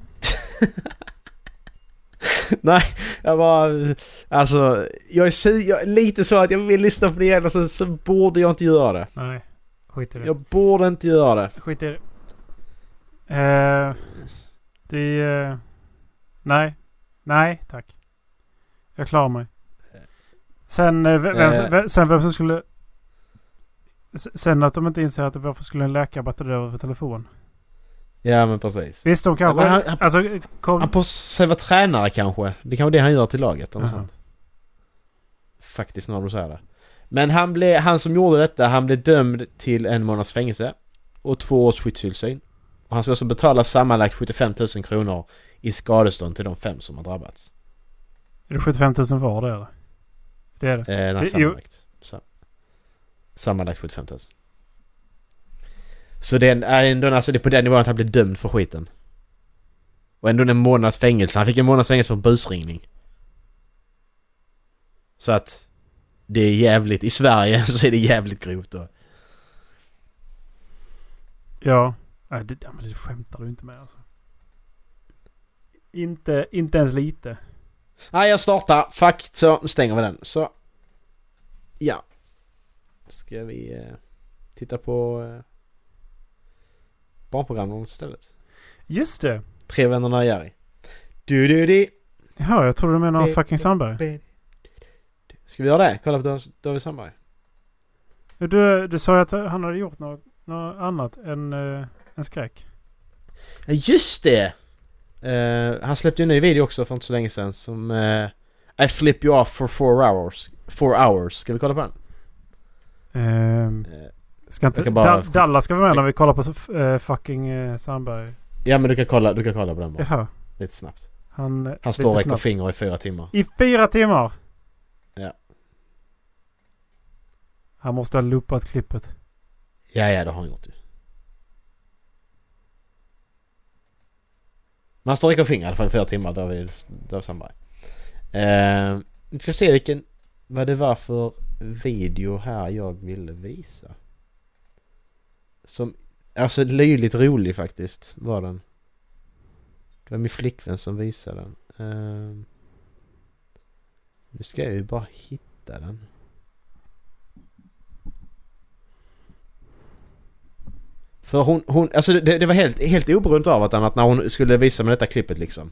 C: Nej, jag bara alltså jag är lite så att jag vill lyssna på det igen och så borde jag inte göra det.
B: Nej, skit i det.
C: Jag borde inte göra det.
B: Skit i det. Nej, tack. Jag klarar mig. Sen vem som skulle. Sen att de inte inser att varför skulle en läkare batteri över telefon.
C: Ja, men precis.
B: Visst, de kanske.
C: Han på sig vara tränare kanske. Det kan vara det han gör till laget eller sånt. Faktiskt när de säger det. Men han som gjorde detta, han blev dömd till 1 månads fängelse och 2 års skyddstillsyn. Och han ska också betala sammanlagt 75 000 kronor i skadestånd till de 5 som har drabbats.
B: Är det 75 000 var det eller? Det är det.
C: Nej, sammanlagt. Sammanlagt 75 000. Så det är ändå alltså det är på den nivån att han blir dömd för skiten. Och ändå 1 månads fängelse. Han fick 1 månads fängelse för busringning. Så att det är jävligt. I Sverige så är det jävligt grovt då.
B: Ja. Det skämtar du inte med alltså. Inte ens lite.
C: Nej, jag startar. Fuck, så nu stänger vi den. Så. Ja. Ska vi titta på barnprogrammet istället.
B: Just det.
C: 3 vännerna Jerry. Du.
B: Ja, jag tror du menar fucking Sandberg.
C: Ska vi göra det? Kolla på David Sandberg.
B: Du sa att han hade gjort något annat än en skräck.
C: Just det! Han släppte ju en ny video också för inte så länge sedan som I flip you off for 4 hours. 4 hours. Ska vi kolla på den?
B: Ska inte Dallas ska vi med när vi kollar på fucking Sandberg.
C: Ja, men du kan kolla på den bara.
B: Jaha.
C: Lite snabbt.
B: Han
C: står och räcker finger i 4 timmar.
B: I 4 timmar?
C: Ja.
B: Han måste ha loopat klippet.
C: Ja, det har han gjort ju. Man står och räcker finger i alla fall i 4 timmar. David Sandberg. Vi får se vad det var för video här jag ville visa. Som alltså löjligt rolig faktiskt var den. Det var min flickvän som visade den. Nu ska jag ju bara hitta den. För hon alltså det var helt oberoende av att när hon skulle visa mig detta klippet liksom.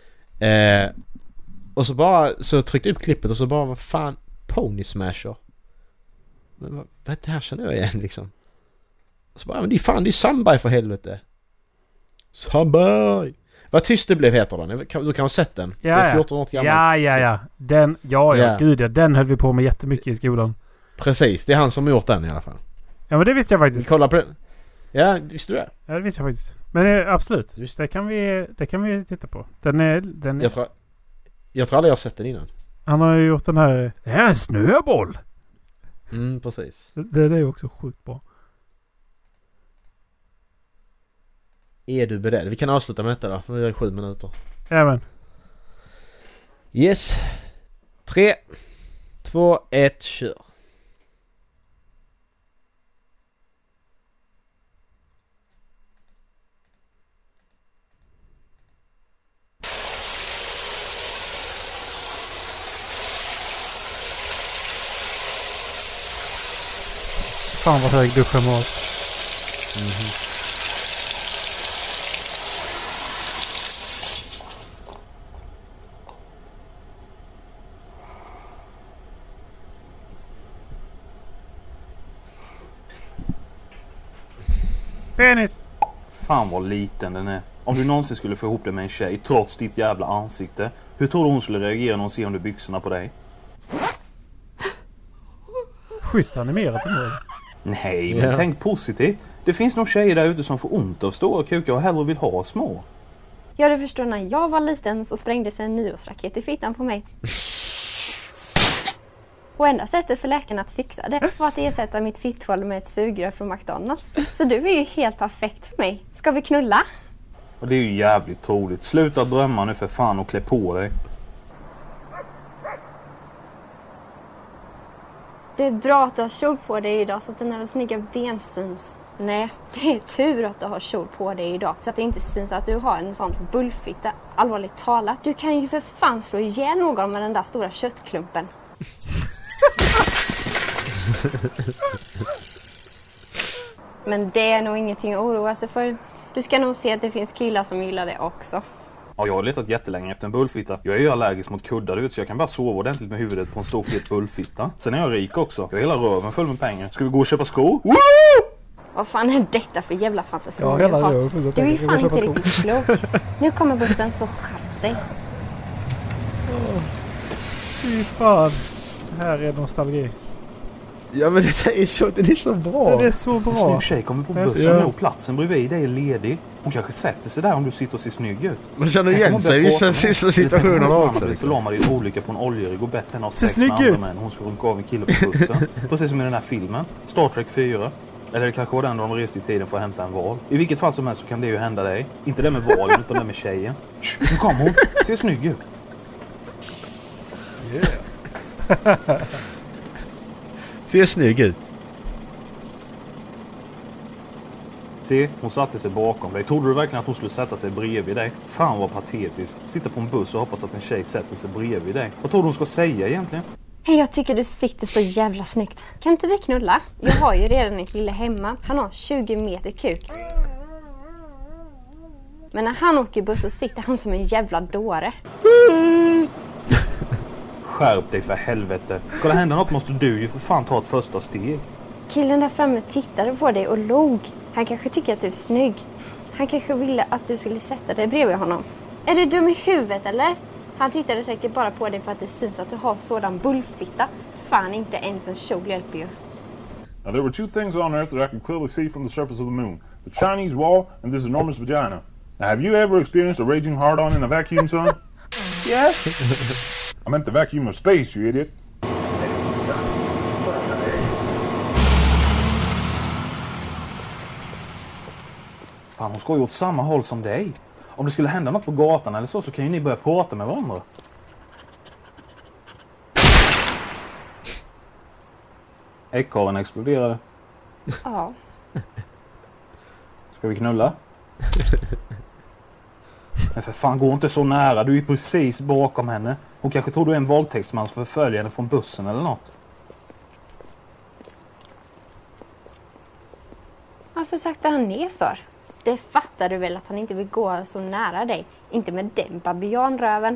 C: Och så tryckte jag upp klippet och så bara, vad fan, Pony Smasher. Men vad är det här, känner jag igen liksom. Och så bara, men det är Sunby för helvete. Sunby! Vad tyst det blev heter den. Du kan ha sett den.
B: Ja,
C: det är 14 år gammal.
B: Ja. Den, gud ja. Den höll vi på med jättemycket i skolan.
C: Precis, det är han som har gjort den i alla fall.
B: Ja, men det visste jag faktiskt.
C: Kolla på den. Ja, visste du det?
B: Ja, det visste jag faktiskt. Men absolut, det kan vi titta på. Den är...
C: Jag tror aldrig jag har sett den innan.
B: Han har ju gjort den här... Det här är en snöboll!
C: Precis.
B: Det är också sjukt bra.
C: Är du beredd? Vi kan avsluta med detta då. Nu är det 7 minuter.
B: Jajamän.
C: Yes. 3, 2, 1, kör.
B: Fan vad hög duschen var. Penis!
E: Fan vad liten den är. Om du någonsin skulle få ihop det med en tjej trots ditt jävla ansikte, hur tror du hon skulle reagera när hon ser under byxorna på dig?
B: Schysst animerat den här.
E: Nej, men tänk positivt. Det finns nog tjejer där ute som får ont av stora kukar och hellre vill ha små.
F: Ja, du förstår, när jag var liten så sprängdes en nyårsraket i fittan på mig. Och enda sättet för läkarna att fixa det var att ersätta mitt fitthål med ett sugrör från McDonalds. Så du är ju helt perfekt för mig. Ska vi knulla?
E: Och det är ju jävligt troligt. Sluta drömma nu för fan och klä på dig.
F: Det är bra att du har kjol på dig idag så att dina snygga ben syns. Nej, det är tur att du har kjol på dig idag så att det inte syns att du har en sån bullfitta. Allvarligt talat, du kan ju för fan slå ihjäl någon med den där stora köttklumpen. Men det är nog ingenting att oroa sig för. Du ska nog se att det finns killar som gillar det också.
E: Ja, jag har letat jättelänge efter en bullfitta. Jag är ju allergisk mot kuddar ut så jag kan bara sova ordentligt med huvudet på en stor fet bullfitta. Sen är jag rik också. Jag har hela röven full med pengar. Ska vi gå och köpa skor? Woo!
F: Vad fan är detta för jävla fantasi?
B: Ja, hela röven full med
F: du är ju
B: pengar.
F: fan inte riktigt klok. Nu kommer bussen, så skärp dig.
B: Fy fan. Det här är nostalgi.
C: Ja, men det är så bra.
B: Det är så
E: En
B: bra.
E: snygg tjej kommer på bussen och platsen bredvid dig är ledig. Hon kanske sätter sig där om du sitter och ser snygg ut.
C: Man känner igen sig i vissa situationer också.
E: Du förlamar din olycka på en oljerigg och bett henne ha
B: Ser
E: sex med
B: snygg
E: andra
B: ut.
E: män. Hon ska runka av en kille på bussen. Precis som i den här filmen. Star Trek 4. Eller det kanske var den där de reste i tiden för att hämta en val. I vilket fall som helst så kan det ju hända dig. Inte det med valen utan det med tjejen. Nu kommer hon. Ser snygg ut.
C: Ser snygg ut.
E: Se, hon satte sig bakom dig. Trodde du verkligen att hon skulle sätta sig bredvid dig? Fan vad patetiskt. Sitta på en buss och hoppas att en tjej sätter sig bredvid dig. Vad tror du hon ska säga egentligen?
F: Hej, jag tycker du sitter så jävla snyggt. Kan inte vi knulla? Jag har ju redan en kille hemma. Han har 20 meter kuk. Men när han åker buss så sitter han som en jävla dåre.
E: Skärp dig för helvete. Ska det hända något måste du ju för fan ta ett första steg.
F: Killen där framme tittade på dig och log. Han kanske tycker att du är snygg. Han kanske ville att du skulle sätta dig bredvid honom. Är du dum i huvudet eller? Han tittade säkert bara på dig för att det syns att du har sådan bullfitta. Fan, inte ens en kjol hjälper ju.
G: Now, there were two things on Earth that I could clearly see from the surface of the moon. The Chinese wall and this enormous vagina. Now, have you ever experienced a raging hard-on in a vacuum, son? Yes. I meant the vacuum of space, you idiot.
E: Fan, hon ska ju åt samma håll som dig. Om det skulle hända något på gatan eller så kan ju ni börja prata med varandra. Ekorren exploderade.
F: Ja.
E: Ska vi knulla? Men för fan, gå inte så nära. Du är precis bakom henne. Hon kanske tror du är en våldtäktsman som förföljer henne från bussen eller något.
F: Varför saktar han ner för? Det fattar du väl att han inte vill gå så nära dig. Inte med den babianröven.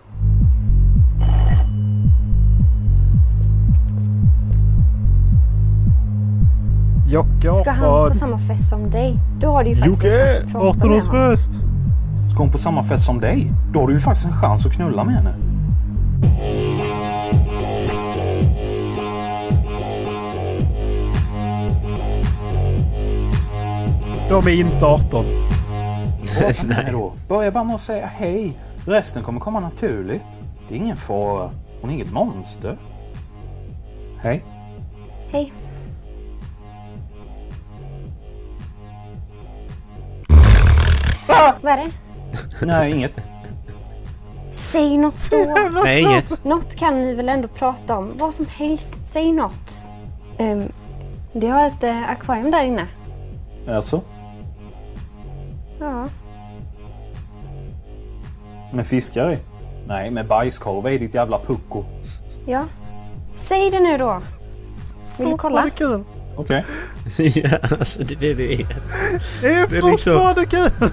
B: Jocke
F: Ska han på samma fest som dig? Då har du ju faktiskt
C: Jocke!
B: 18-årsfest!
E: Ska hon på samma fest som dig? Då har du ju faktiskt en chans att knulla med henne.
B: De är inte 18.
E: Nej då. Börja bara med att säga hej. Resten kommer komma naturligt. Det är ingen fara. Hon är inget monster. Hej.
F: Hej. Vad är det?
E: Nej, inget.
F: Säg något då.
C: Nej, inget.
F: Något kan ni väl ändå prata om. Vad som helst. Säg något. Det har ett akvarium där inne.
E: Alltså?
F: Ja.
E: Med fiskar i? Nej, med bajskorv i ditt jävla pucko.
F: Ja. Säg det nu då. Vill du kolla?
B: Fortfarande kul.
E: Okej.
C: Ja, alltså det är det.
B: Det är
C: Det är liksom-
B: fortfarande kul.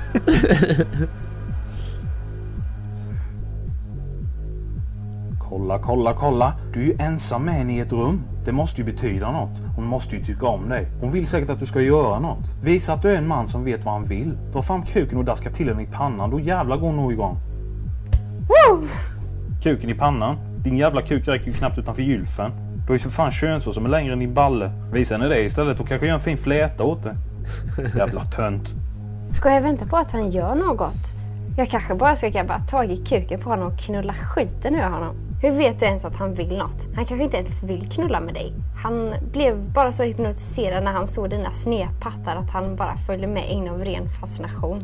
E: Kolla. Du är ju ensam med henne i ett rum. Det måste ju betyda något. Hon måste ju tycka om dig. Hon vill säkert att du ska göra något. Visa att du är en man som vet vad han vill. Dra fram kuken och daska till henne i pannan. Då jävlar går hon nog igång.
F: Woo!
E: Kuken i pannan? Din jävla kuk räcker ju knappt utanför gylfen. Du har ju för fan könsår som är längre än din balle. Visa henne det istället och kanske gör en fin fläta åt det. Jävla tönt.
F: Ska jag vänta på att han gör något? Jag kanske bara ska grabba tag i kuken på honom och knulla skiten ur honom. Hur vet du ens att han vill något? Han kanske inte ens vill knulla med dig. Han blev bara så hypnotiserad när han såg dina snedpattar att han bara följde med in av ren fascination.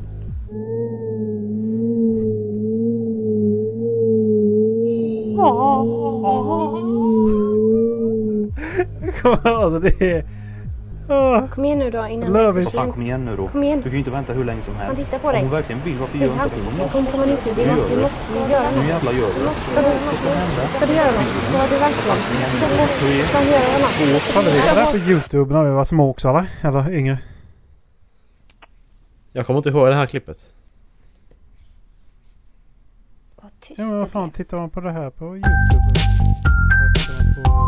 B: Alltså det är...
F: Kom igen nu då innan
B: Love
F: det är
B: it.
F: för
E: Vad fan,
F: sent.
E: kom igen nu då.
F: Kom igen.
E: Du kan ju inte vänta hur länge som helst.
F: Han tittar på
E: Om
F: dig.
E: hon verkligen vill, varför gör hon inte det? Hon måste.
F: Hon kommer inte vilja.
E: Nu gör
F: Du
E: du.
F: måste ju göra
E: Nu
F: något.
E: jävlar gör du.
F: Ska du göra något? Ska du göra något? Ska du göra något?
B: Kollade vi på det här på YouTube när vi var små också eller? Eller yngre?
C: Jag kommer inte ihåg det här klippet.
F: Vad tyst
B: Ja men
F: det
B: vad fan,
F: blev.
B: tittar man på det här på YouTube? Eller tittar man på...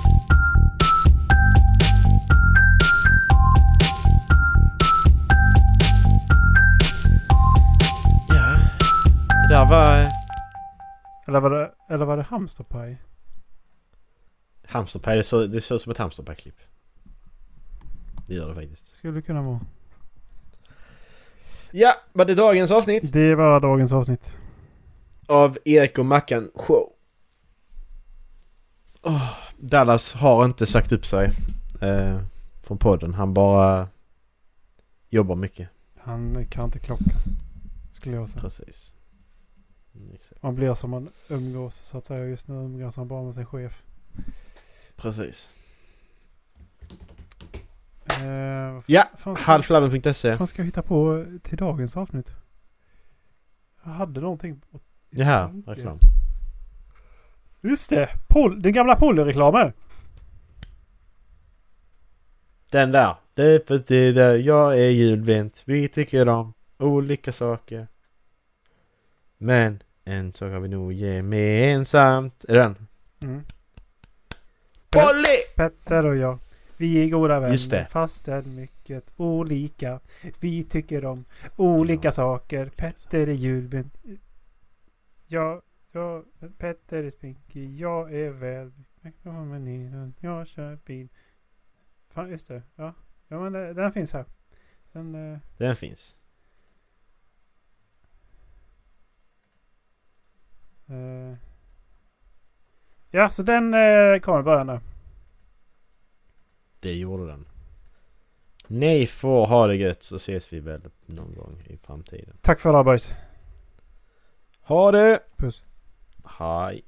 C: Ja. Det där var...
B: Eller var det hamsterpaj?
C: Hamsterpaj, det ser ut som ett hamsterpaj-klipp. Det gör det faktiskt.
B: Skulle kunna vara.
C: Ja, var det dagens avsnitt
B: Det var dagens avsnitt.
C: av Erik och Mackan show. Dallas har inte sagt upp sig från podden. Han bara jobbar mycket.
B: Han kan inte klocka. Skulle jag säga.
C: Precis.
B: Man blir som man umgås så att säga. Just nu umgås han bara med sin chef.
C: Precis.
B: Ja,
C: Halflabben.se.
B: vad ska jag hitta på till dagens avsnitt? Jag hade någonting.
C: Jaha, reklam.
B: Just det! Den gamla Polly-reklamen!
C: Den där. Det är för det där. Jag är julbent. Vi tycker om olika saker. Men en sak har vi nog gemensamt. Är den?
B: Mm.
C: Polly!
B: Petter och jag. Vi är goda
C: Just
B: vänner
C: det.
B: fastän mycket olika. Vi tycker om olika saker. Petter är julbent. Petter är spinkig. Jag är väl. Jag kör bil. Fan, just det. Ja men den finns här.
C: Den finns.
B: Ja, så den kommer börja nu.
C: Det gjorde den. Ni får ha det gött så ses vi väl någon gång i framtiden.
B: Tack för det, boys.
C: Ha det!
B: Puss.
C: Hej.